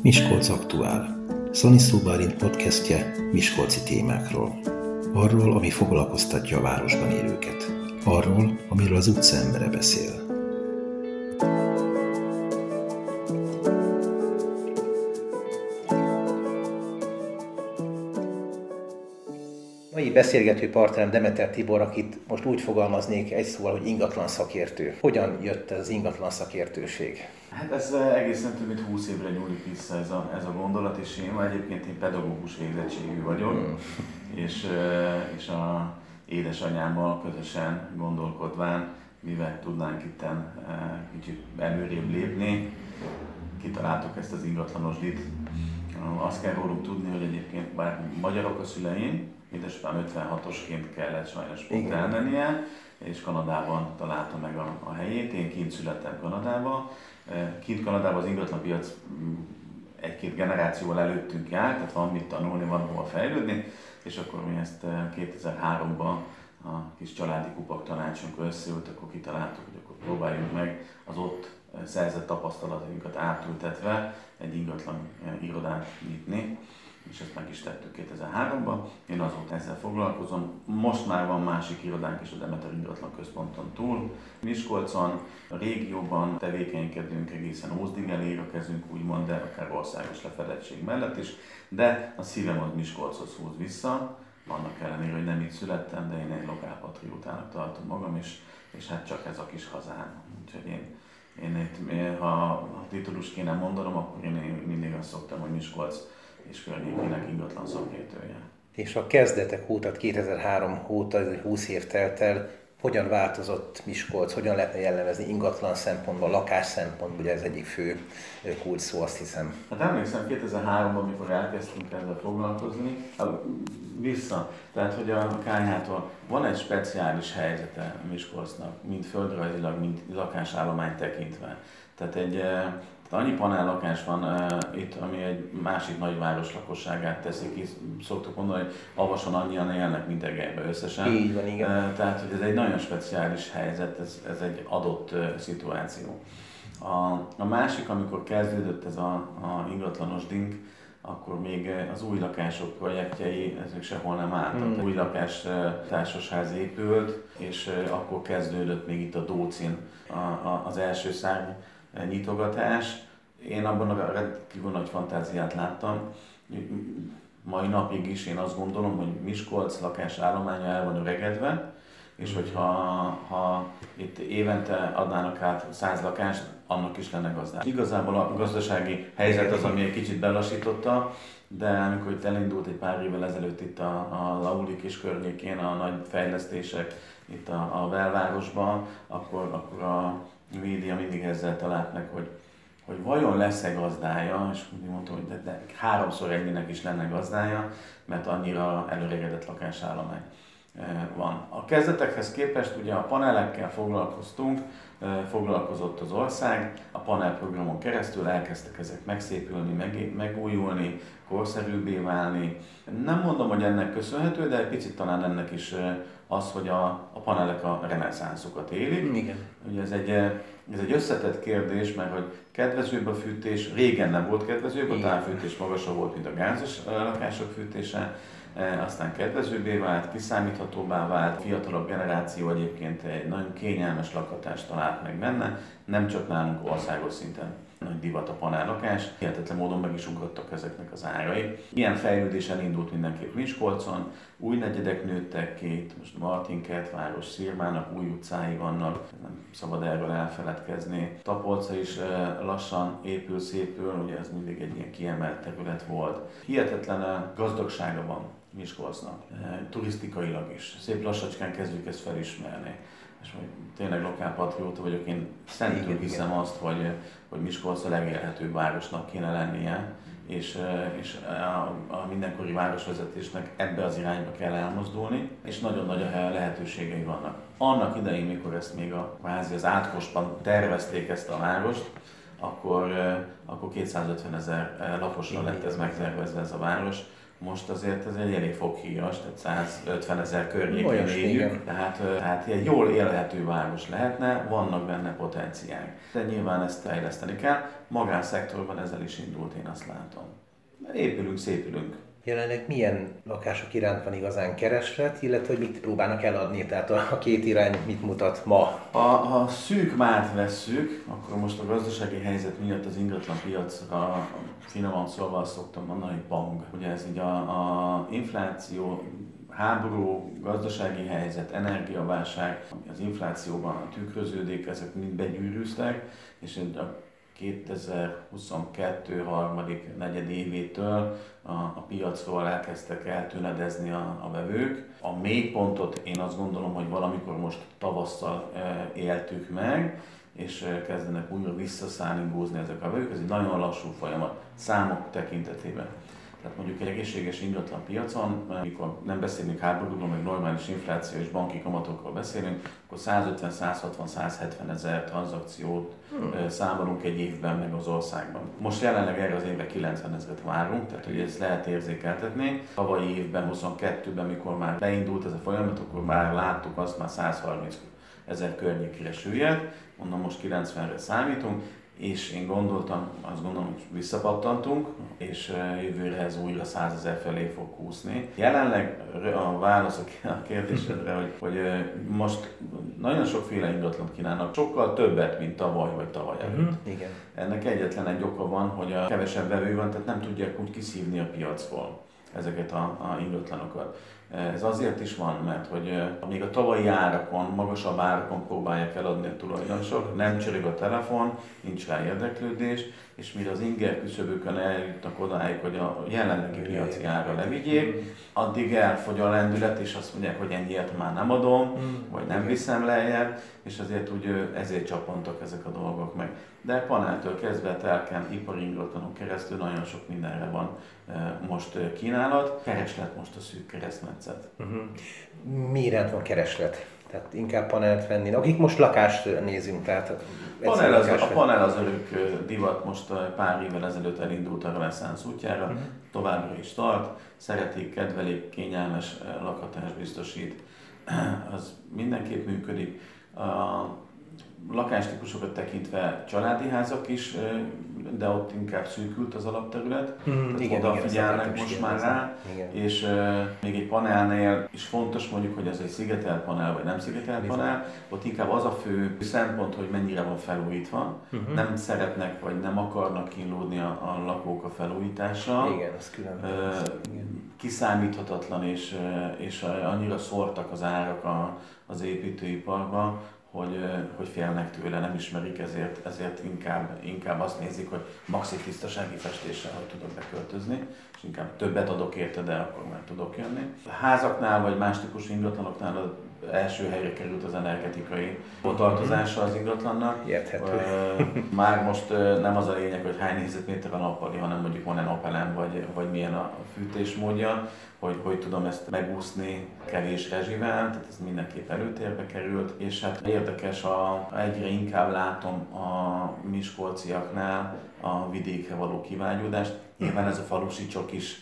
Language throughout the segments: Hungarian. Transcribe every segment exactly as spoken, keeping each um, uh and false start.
Miskolc aktuál. Szaniszló Bálint podcastje miskolci témákról. Arról, ami foglalkoztatja a városban élőket. Arról, amiről az utca embere beszél. Mai beszélgető partnerem Demeter Tibor, akit most úgy fogalmaznék egy szóval, hogy ingatlan szakértő. Hogyan jött ez az ingatlan szakértőség? Hát ez egészen több mint húsz évre nyúlik vissza ez a, ez a gondolat, és én egyébként én pedagógus végzettségű vagyok, hmm. és, és a édesanyámmal közösen gondolkodván, mivel tudnánk itten kicsit előrébb lépni, kitaláltuk ezt az ingatlanosdit. Azt kell róluk tudni, hogy egyébként bár magyarok a szüleim, édesapám ötvenhatosként kellett sajnos pont elmennie, és Kanadában találta meg a, a helyét. Én kint születtem Kanadában. Kint Kanadában az ingatlanpiac egy-két generációval előttünk járt, tehát van mit tanulni, van hova fejlődni, és akkor mi ezt kétezer-háromban a kis családi kupak tanácsunk összeült, akkor kitaláltuk, hogy akkor próbáljunk meg az ott szerzett tapasztalatainkat átültetve egy ingatlan irodát nyitni, és ezt meg is tettük kétezer-háromban. Én azóta ezzel foglalkozom. Most már van másik irodánk is a Demeter Ingatlan Központon túl. Miskolcon, a régióban tevékenykedünk egészen Ózdig elég a kezünk, úgymond, de akár országos lefedettség mellett is. De a szívem az Miskolchoz húz vissza, annak ellenére, hogy nem itt születtem, de én egy lokálpatriótának tartom magam, és, és hát csak ez a kis hazám. Úgyhogy én, én itt, ha a titulus kéne mondanom, akkor én mindig azt szoktam, hogy Miskolc és környékének ingatlan szakértője. És a kezdetek óta, kétezer-három óta, ez húsz év telt el, hogyan változott Miskolc, hogyan lehetne jellemezni ingatlan szempontból, lakás szempontból, ugye ez egyik fő kulcs szó, azt hiszem. Hát emlékszem kétezer-háromban, amikor elkezdtünk ezzel foglalkozni, vissza, tehát hogy a Kályhától van egy speciális helyzete Miskolcnak, mind földrajzilag, mind lakásállomány tekintve. Tehát egy Tehát annyi panellakás van uh, itt, ami egy másik nagyváros lakosságát teszi ki. Szoktuk mondani, hogy Avason annyian élnek, mint Egerben összesen. Így van, igen. Uh, tehát, hogy ez egy nagyon speciális helyzet, ez, ez egy adott uh, szituáció. A, a másik, amikor kezdődött ez a, a ingatlanosdink, akkor még az új lakások projektjei, ezek sehol nem álltak. Hmm. Új lakás társasház épült, és uh, akkor kezdődött még itt a Dócin a, a, az első szárny nyitogatás. Én abban a rendkívül nagy fantáziát láttam. Mai napig is én azt gondolom, hogy Miskolc lakásállománya el van öregedve, és hogyha ha itt évente adnának át száz lakást, annak is lenne gazdája. Igazából a gazdasági helyzet az, ami egy kicsit belassította, de amikor itt elindult egy pár évvel ezelőtt itt a, a Laulik és környékén a nagy fejlesztések itt a, a belvárosban, akkor, akkor a média mindig ezzel talált meg, hogy, hogy vajon lesz-e gazdája, és úgy mondtam, hogy de, de háromszor ennyinek is lenne gazdája, mert annyira előregedett lakásállomány van. A kezdetekhez képest ugye a panelekkel foglalkoztunk, foglalkozott az ország, a panelprogramon keresztül elkezdtek ezek megszépülni, meg, megújulni, korszerűbbé válni. Nem mondom, hogy ennek köszönhető, de egy picit talán ennek is az, hogy a, a panelek a reneszánszukat élik. Igen. Ugye ez egy, ez egy összetett kérdés, mert hogy kedvezőbb a fűtés, régen nem volt kedvezőbb, a távfűtés magasabb volt, mint a gázos lakások fűtése, aztán kedvezőbbé vált, kiszámíthatóbbá vált, fiatalabb generáció egyébként egy nagyon kényelmes lakhatást talált meg benne, nem csak nálunk országos szinten nagy divat a panellakás, hihetetlen módon meg is ugrottak ezeknek az árai. Ilyen fejlődés elindult mindenképp Miskolcon, új negyedek nőttek ki, most Martin Kertváros, Szirmának új utcái vannak, nem szabad erről elfeledkezni. Tapolca is lassan épül, szépül, ugye ez mindig egy ilyen kiemelt terület volt. Hihetetlen gazdagsága van Miskolcnak, turisztikailag is. Szép lassacskán kezdjük ezt felismerni. És hogy tényleg lokálpatrióta vagyok, én szentül hiszem azt, hogy, hogy Miskolc a legélhetőbb városnak kéne lennie, és, és a, a mindenkori városvezetésnek ebbe az irányba kell elmozdulni, és nagyon nagy a lehetőségei vannak. Annak idején, mikor ezt még a kvázi az átkosban tervezték ezt a várost, akkor, akkor kétszázötven ezer lakosra lett ez megtervezve ez a város. most azért ez egy elég foghíjas, tehát százötven ezer környékén éljük, tehát, tehát egy jól élhető város lehetne, vannak benne potenciák. De nyilván ezt fejleszteni kell, magánszektorban ezzel is indult, én azt látom. Épülünk, szépülünk. Jelenleg milyen lakások iránt van igazán kereslet, illetve hogy mit próbálnak eladni, tehát a két irány mit mutat ma? Ha, ha szűk mát vesszük, akkor most a gazdasági helyzet miatt az ingatlan piacra finoman szóval szoktam mondani, hogy bang. Ugye ez így a, a infláció, háború, gazdasági helyzet, energiaválság, ami az inflációban tükröződik, ezek mind begyűrűztek, és a kétezer-huszonkettő harmadik negyedévétől a, a piacról elkezdtek eltűnedezni a, a vevők. A mélypontot én azt gondolom, hogy valamikor most tavasszal e, éltük meg, és e, kezdenek újra visszaszállni, búzni ezek a vevők. Ez egy nagyon lassú folyamat számok tekintetében. Tehát mondjuk egy egészséges ingatlan piacon, amikor nem beszélünk háborúról, meg normális infláció és banki kamatokról beszélünk, akkor százötven, százhatvan, százhetven ezer tranzakciót hmm. számolunk egy évben meg az országban. Most jelenleg erre az évre kilencven ezret várunk, tehát hogy ezt lehet érzékeltetni. Tavalyi évben, huszonkettőben, mikor már beindult ez a folyamat, akkor már láttuk azt, már százharminc ezer környékére süllyedt, mondom most kilencvenre számítunk, és én gondoltam, azt gondolom, hogy visszapattantunk, és jövőre ez újra százezer felé fog kúszni. Jelenleg a válasz a kérdésedre, hogy, hogy most nagyon sokféle ingatlant kínálnak, sokkal többet, mint tavaly vagy tavaly előtt. Mm-hmm. Igen. Ennek egyetlen egy oka van, hogy a kevesebb vevő van, tehát nem tudják úgy kiszívni a piacról ezeket a, a ingatlanokat. Ez azért is van, mert hogy még a tavalyi árakon, magasabb árakon próbálják eladni a tulajdonosok, nem csörög a telefon, nincs rá érdeklődés, és mire az inger küszöbökön eljutnak odáig, hogy a jelenlegi piaci ára levigyék, addig elfogy a lendület, és azt mondják, hogy ennyiért már nem adom, vagy nem viszem lejjebb, és azért úgy ezért csapontak ezek a dolgok meg. De paneltől kezdve telken, ipari ingatlanon keresztül nagyon sok mindenre van most kínálat. Kereslet most a szűk keresztmetszet. Uh-huh. Mi iránt van kereslet? Tehát inkább panelt venni. Akik most lakást nézünk, tehát... Panel az, a panel az örök divat, most pár évvel ezelőtt elindult a reneszánsz útjára, uh-huh. továbbra is tart, szeretik, kedvelik, kényelmes lakhatást biztosít, az mindenképp működik. A lakástípusokat tekintve családi házak is, de ott inkább szűkült az alapterület, mm, igen, oda igen, figyelnek most már rá, igen. És uh, még egy panelnél is fontos mondjuk, hogy ez egy szigetelt panel vagy nem szigetelt Bizony. panel, ott inkább az a fő szempont, hogy mennyire van felújítva, uh-huh. nem szeretnek vagy nem akarnak kínlódni a, a lakók a felújítással. Igen, ez különböző. Uh, kiszámíthatatlan és, és annyira szórtak az árak a, az építőiparban, Hogy, hogy félnek tőle, nem ismerik, ezért, ezért inkább, inkább azt nézik, hogy maxi tisztasági festéssel hogy tudok beköltözni, és inkább többet adok érte, de akkor már tudok jönni. A házaknál vagy más típusú ingatlanoknál az első helyre került az energetikai tartozása az ingatlannak. Érthető. Már most nem az a lényeg, hogy hány négyzetméter a nappali, hanem mondjuk van-e napelem, vagy, vagy milyen a fűtésmódja, hogy hogy tudom ezt megúszni kevés rezsivel, tehát ez mindenképp előtérbe került, és hát érdekes, a, egyre inkább látom a miskolciaknál a vidékre való kivágyódást. Nyilván ez a falusi csok is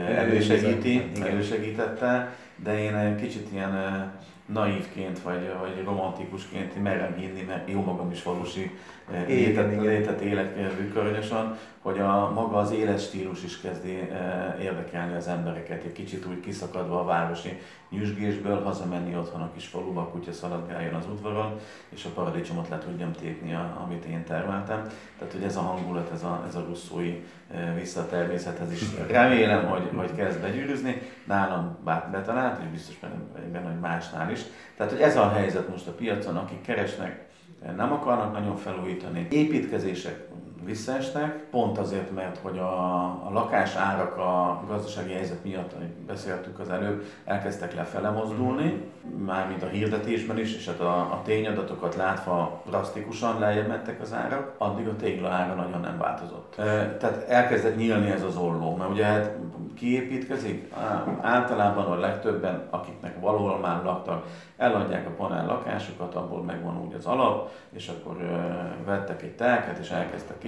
elősegíti, elősegítette, de én kicsit ilyen naívként vagy, vagy romantikusként merem hinni, mert jó magam is falusi létet, létet élek környösen, hogy a maga az életstílus is kezdi érdekelni az embereket, egy kicsit úgy kiszakadva a városi nyüzsgésből, hazamenni otthon a kis faluba, a kutya szaladgáljon az udvaron, és a paradicsomot le tudjam tépni, amit én termeltem. Tehát, hogy ez a hangulat, ez a, ez a russzói vissza a természethez is remélem, hogy, hogy kezd begyűrűzni. Nálam betalált, és biztos benne, hogy másnál is. Tehát, hogy ez a helyzet most a piacon, akik keresnek, nem akarnak nagyon felújítani. Építkezések visszaestek, pont azért, mert hogy a, a lakás árak a gazdasági helyzet miatt, ahogy beszéltük az előbb, elkezdtek lefele mozdulni, mármint a hirdetésben is, és hát a, a tényadatokat látva drasztikusan lejjebb mentek az árak, addig a tégla ára nagyon nem változott. E, tehát elkezdett nyílni ez az olló, mert ugye hát kiépítkezik, általában a legtöbben, akiknek valahol már laktak, eladják a panel lakásokat, abból megvan úgy az alap, és akkor ö, vettek egy telket, és elkezdtek építeni.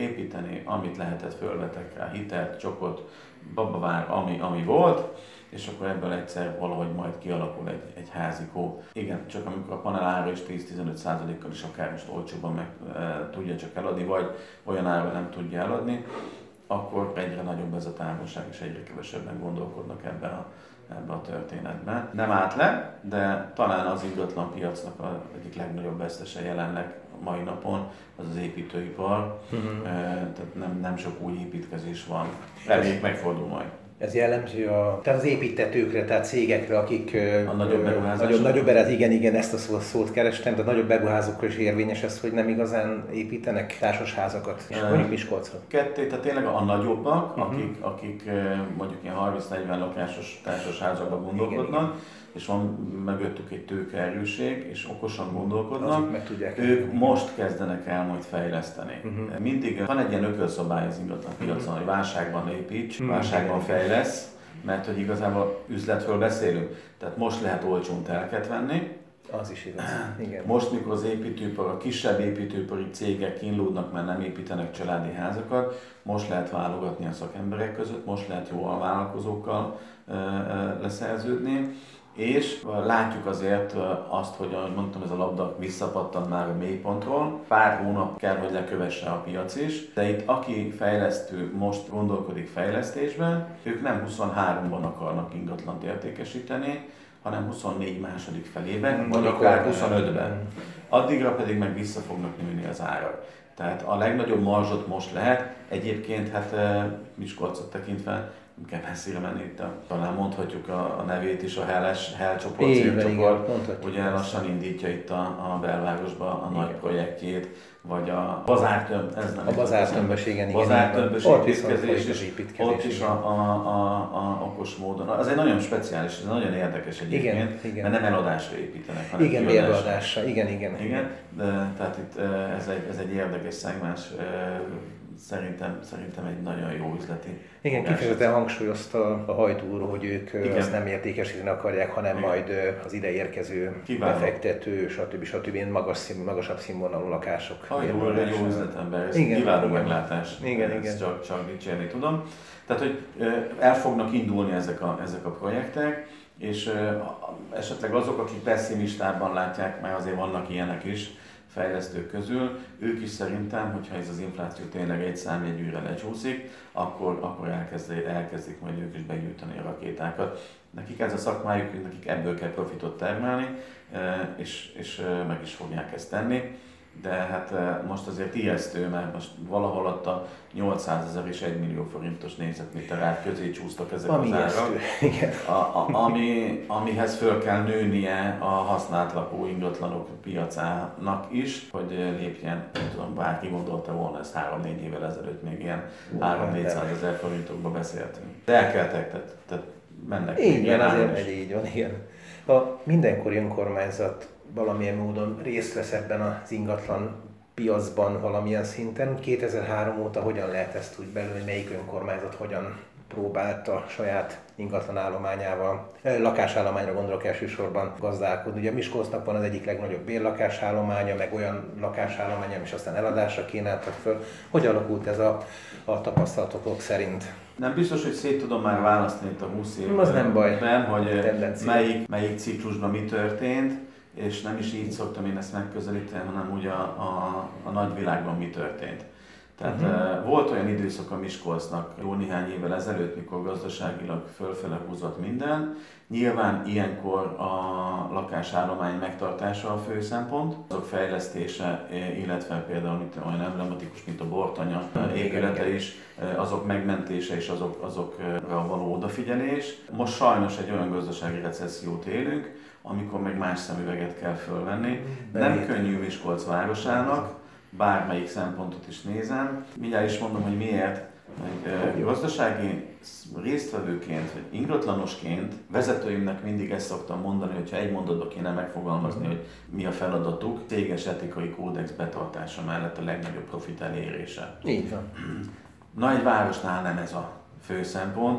építeni, amit lehetett, fölvetek rá hitelt, csokot, babavár, ami, ami volt, és akkor ebből egyszer valahogy majd kialakul egy, egy házikó. Igen, csak amikor a panel ára is tíz-tizenöt százalékkal is akár most olcsóban meg e, tudja csak eladni, vagy olyan ára nem tudja eladni, akkor egyre nagyobb ez a távolság, és egyre kevesebben gondolkodnak ebben a, ebbe a történetben. Nem állt le, de talán az ingatlan piacnak az egyik legnagyobb vesztese jelenleg mai napon az az építőipar, uh-huh. e, tehát nem, nem sok új építkezés van. Reméljük megfordul majd. Ez jellemző a, tehát az építtetőkre, tehát cégekre, akik a nagyobb beruházások. Nagyobb, nagyobb beruházás, igen, igen, ezt a szót, szót kerestem, de nagyobb beruházókra is érvényes ez, hogy nem igazán építenek társasházakat, és uh, mondjuk Miskolcra. Ketté, tehát tényleg a nagyobbak, uh-huh. akik, akik mondjuk ilyen harminc-negyven lakásos társasházakban gondolkodnak, igen, és van mögöttük egy tőkeerőség, és okosan gondolkodnak, meg tudják ők elmondani. Most kezdenek el majd fejleszteni. Uh-huh. Mindig van egy ilyen ökölszabály az ingatlan piacon, uh-huh. hogy válságban építs, uh-huh. válságban fejlesz, mert hogy igazából üzletről beszélünk. Tehát most lehet olcsón telket venni. Az is igaz. Igen. Most, mikor az építőipar, a kisebb építőipari cégek kínlódnak, mert nem építenek családi házakat, most lehet válogatni a szakemberek között, most lehet jó vállalkozókkal leszerződni. És látjuk azért azt, hogy ahogy mondtam, ez a labda visszapattant már a mélypontról. Pár hónap kell, hogy lekövesse a piac is, de itt aki fejlesztő most gondolkodik fejlesztésben, ők nem huszonháromban akarnak ingatlant értékesíteni, hanem huszonnégy második felében, vagy akár huszonötben. Addigra pedig meg vissza fognak nőni az árak. Tehát a legnagyobb marzsot most lehet, egyébként hát Miskolcot tekintve, nem kell messzire menni, itt a, talán mondhatjuk a, a nevét is, a Helles, Hell csoport, cégcsoport, ugye lassan indítja itt a, a belvárosba a igen. nagy projektjét, vagy a bazártömb, ez nem a bazártömbös, igen, bazártömbös építkezés, és ott is a, a, a, a okos módon. Az egy nagyon speciális, ez nagyon érdekes egyébként, igen, igen. mert nem eladásra építenek, hanem igen, bérbeadásra, igen, igen. igen. De, tehát itt ez egy, ez egy érdekes szegmens. Szerintem, szerintem egy nagyon jó üzleti. Igen, kifejezetten hangsúlyozta a Hajtó úr, hogy ők igen. azt nem értékesíteni akarják, hanem igen. majd az ide érkező kiváló. Befektető, stb. stb. Magas szín, magasabb színvonalú lakások. Hajtó úr egy jó üzletember, ez igen. kiváló igen. meglátás. Igen, ezt igen. Csak, csak dicsérni tudom. Tehát, hogy el fognak indulni ezek a, ezek a projektek, és esetleg azok, akik pessimistában látják, mert azért vannak ilyenek is, fejlesztők közül, ők is szerintem, hogyha ez az infláció tényleg egy számjegyűre lecsúszik, akkor, akkor elkezdik, elkezdik majd ők is begyűjteni a rakétákat. Nekik ez a szakmájuk, nekik ebből kell profitot termelni, és, és meg is fogják ezt tenni. De hát most azért ijesztő, mert most valahol ott a nyolcszázezer és egy millió forintos négyzetméter ár közé csúsztak ezek ami az árak, a, a, ami, amihez föl kell nőnie a használt lakó ingatlanok piacának is, hogy lépjen, nem tudom, bárki gondolta volna, ezt három-négy évvel ezelőtt még ilyen három-négyszázezer forintokba beszéltünk. De elkeltek, tehát, tehát mennek. Igen, azért megy, így van, igen. A mindenkori önkormányzat valamilyen módon részt vesz ebben az ingatlan piacban valamilyen szinten. kétezer-három óta hogyan lehet ezt úgy belőle, hogy melyik önkormányzat hogyan próbálta saját ingatlan állományával, lakásállományra gondolok elsősorban gazdálkodni. Ugye Miskolcnak van az egyik legnagyobb bérlakásállománya, meg olyan lakásállománya, és aztán eladásra kínáltak föl. Hogy alakult ez a, a tapasztalatok szerint? Nem biztos, hogy szét tudom már választani itt a húsz évben, az nem baj. hogy melyik, melyik ciklusban mi történt, és nem is így szoktam én ezt megközelíteni, hanem úgy a, a, a nagyvilágban mi történt. Tehát uh-huh. volt olyan időszak a Miskolcnak jó néhány évvel ezelőtt, mikor gazdaságilag fölfele húzott minden. Nyilván ilyenkor a lakásállomány megtartása a fő szempont, azok fejlesztése, illetve például mint olyan emblematikus, mint a Bortanya épülete is, azok megmentése és azok, azokra való odafigyelés. Most sajnos egy olyan gazdasági recessziót élünk, amikor meg más szemüveget kell fölvenni. Nem könnyű Miskolc városának, bármelyik szempontot is nézem. Mindjárt is mondom, hogy miért. Hogy gazdasági résztvevőként, vagy ingatlanosként vezetőimnek mindig ezt szoktam mondani, hogyha egy mondatba kéne megfogalmazni, hogy mi a feladatuk, céges etikai kódex betartása mellett a legnagyobb profit elérése. Így van. Na, egy városnál nem ez a fő szempont.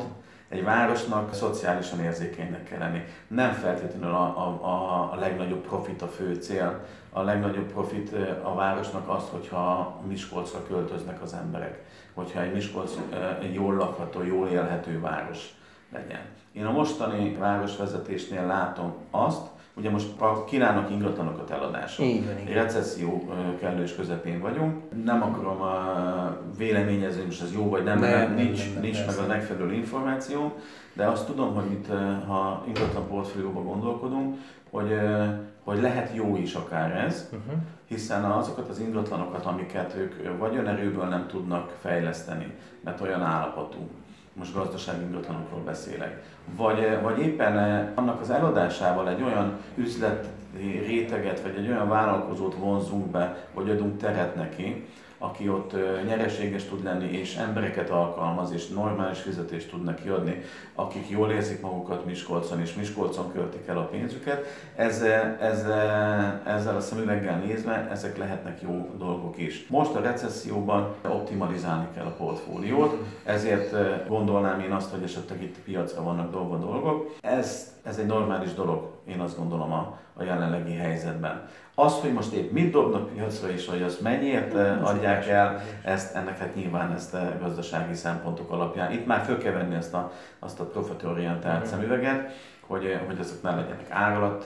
Egy városnak szociálisan érzékenynek kell lenni. Nem feltétlenül a, a, a, a legnagyobb profit a fő cél. A legnagyobb profit a városnak az, hogyha Miskolcra költöznek az emberek. Hogyha egy Miskolc egy jól lakható, jól élhető város legyen. Én a mostani városvezetésnél látom azt, ugye most kínálnak ingatlanokat eladásra. Egy recesszió kellős közepén vagyunk. Nem akarom véleményezni, most ez jó vagy nem, nem, nem nincs, nem, nem, nincs meg a megfelelő információ, de azt tudom, hogy itt, ha ingatlan portfólióban gondolkodunk, hogy, hogy lehet jó is akár ez, uh-huh. hiszen azokat az ingatlanokat, amiket ők vagy önerőből nem tudnak fejleszteni, mert olyan állapotú, most gazdasági ingatlanokról beszélek, vagy, vagy éppen annak az eladásával egy olyan üzlet réteget, vagy egy olyan vállalkozót vonzunk be, vagy adunk teret neki, aki ott nyereséges tud lenni, és embereket alkalmaz, és normális fizetést tud neki adni, akik jól érzik magukat Miskolcon, és Miskolcon költik el a pénzüket. Ezzel, ezzel, ezzel a szemüveggel nézve, ezek lehetnek jó dolgok is. Most a recesszióban optimalizálni kell a portfóliót, ezért gondolnám én azt, hogy esetleg itt piacra vannak dolgok, dolgok. Ez, ez egy normális dolog, én azt gondolom a, a jelenlegi helyzetben. Az, hogy most épp mit dobnak piacra és hogy azt mennyiért adják el, ezt, ennek hát nyilván ezt a gazdasági szempontok alapján. Itt már föl kell venni ezt a, azt a profitorientált szemüveget, hogy, hogy ezek ne legyenek ár alatt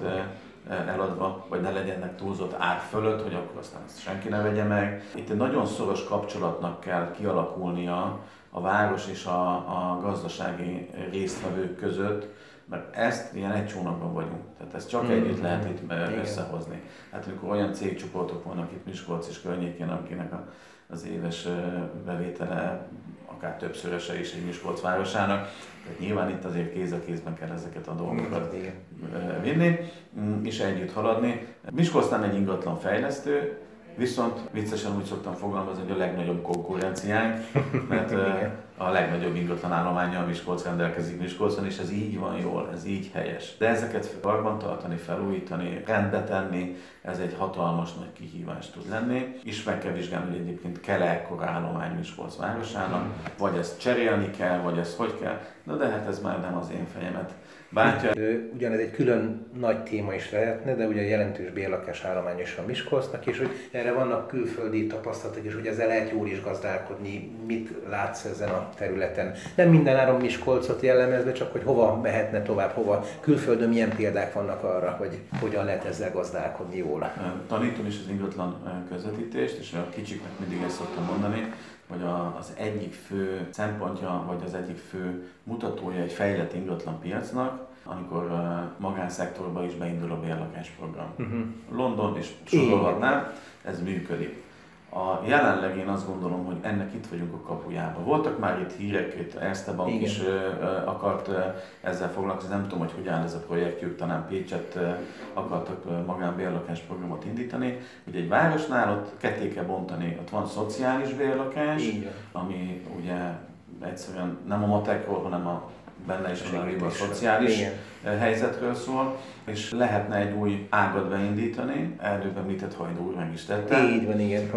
eladva, vagy ne legyenek túlzott ár fölött, hogy akkor aztán ezt senki ne vegye meg. Itt egy nagyon szoros kapcsolatnak kell kialakulnia a város és a, a gazdasági résztvevők között, mert ezt ilyen egy csónakban vagyunk, tehát ezt csak mm. együtt lehet itt Igen. összehozni. Hát amikor olyan cégcsoportok vannak itt Miskolc és környékén, akinek a, az éves bevétele akár többszöröse is egy Miskolc városának, tehát nyilván itt azért kéz a kézben kell ezeket a dolgokat mm. vinni, és együtt haladni. Miskolc nem egy ingatlan fejlesztő, viszont viccesen úgy szoktam fogalmazni, hogy a legnagyobb konkurenciánk, mert a legnagyobb ingatlan állománnyal Miskolc rendelkezik Miskolcon, és ez így van jól, ez így helyes. De ezeket karban tartani, felújítani, rendbe tenni, ez egy hatalmas nagy kihívás tud lenni. És meg kell vizsgálni, hogy egyébként kell-e ekkora állomány Miskolc városának, vagy ezt cserélni kell, vagy ezt hogy kell. Na de hát ez már nem az én fejemet bántja. Ugyanez egy külön nagy téma is lehetne, de ugye jelentős bérlakás állomány is van Miskolcnak, és hogy erre vannak külföldi tapasztalatok, és hogy ezzel lehet jól is gazdálkodni. Mit látsz ezen a területen? Nem mindenáron Miskolcot jellemezve, csak hogy hova mehetne tovább, hova külföldön milyen példák vannak arra, hogy hogyan lehet ezzel gazdálkodni jól. Tanítom is az ingatlan közvetítést, és a kicsiknek mindig ezt szoktam mondani, hogy az egyik fő szempontja, vagy az egyik fő mutatója egy fejlett ingatlan piacnak, amikor magánszektorban is beindul a bérlakásprogram. Uh-huh. London és sorolhatnám, ez működik. A jelenleg én azt gondolom, hogy ennek itt vagyunk a kapujában. Voltak már itt hírek, itt Erste Bank Igen. is uh, akart uh, ezzel foglalkozni, nem tudom, hogy hogy áll ez a projektjük, talán Pécset uh, akartak uh, magánbérlakásprogramot indítani. Ugye egy városnál ott ketté kell bontani, ott van szociális bérlakás, Igen. ami ugye egyszerűen nem a matekról, hanem a benne is van a szociális Igen. helyzetről szól, és lehetne egy új ágat beindítani, előbb említett Hajdú úr meg is tette. Így van, igen.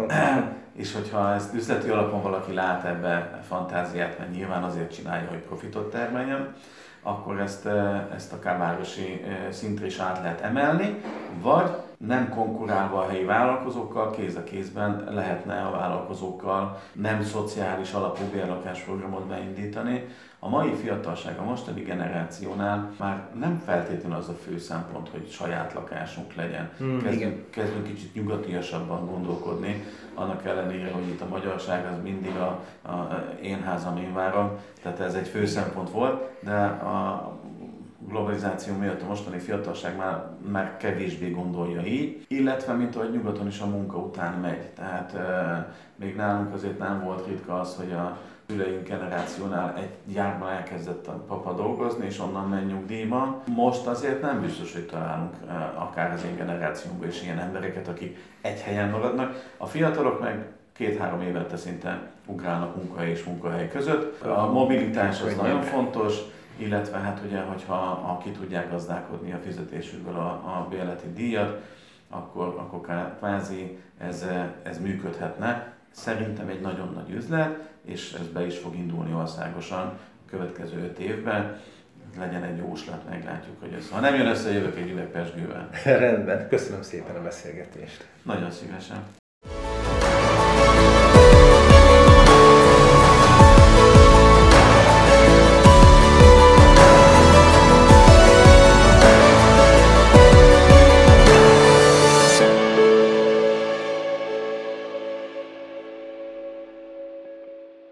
És hogyha ezt üzleti alapon valaki lát ebbe fantáziát, mert nyilván azért csinálja, hogy profitot termeljen, akkor ezt, ezt akár városi szintre is át lehet emelni, vagy nem konkurálva a helyi vállalkozókkal, kéz a kézben lehetne a vállalkozókkal nem szociális alapú bérlakásprogramot beindítani. A mai fiatalság, a mostani generációnál már nem feltétlenül az a fő szempont, hogy saját lakásunk legyen. Mm, kezdünk, kezdünk kicsit nyugatiasabban gondolkodni, annak ellenére, hogy itt a magyarság az mindig a, a én házam, én várom, tehát ez egy fő szempont volt, de a globalizáció miatt a mostani fiatalság már, már kevésbé gondolja így, illetve mint ahogy nyugaton is a munka után megy. Tehát e, még nálunk azért nem volt ritka az, hogy a szüleink generációnál egy gyárban elkezdett a papa dolgozni, és onnan megy nyugdíjba. Most azért nem biztos, hogy találunk akár az én generációmban is ilyen embereket, akik egy helyen maradnak. A fiatalok meg két-három évente szinte ugrálnak munkahely és munkahely között. A mobilitás az nagyon fontos, illetve hát ugye, hogyha ha ki tudják gazdálkodni a fizetésükből a, a bérleti díjat, akkor, akkor kvázi ez, ez működhetne. Szerintem egy nagyon nagy üzlet, és ez be is fog indulni országosan. következő öt évben. Legyen egy jóslat, meglátjuk, hogy ez. Ha nem jön össze, jövök egy üveg pezsgővel. Rendben, köszönöm szépen a beszélgetést. Nagyon szívesen.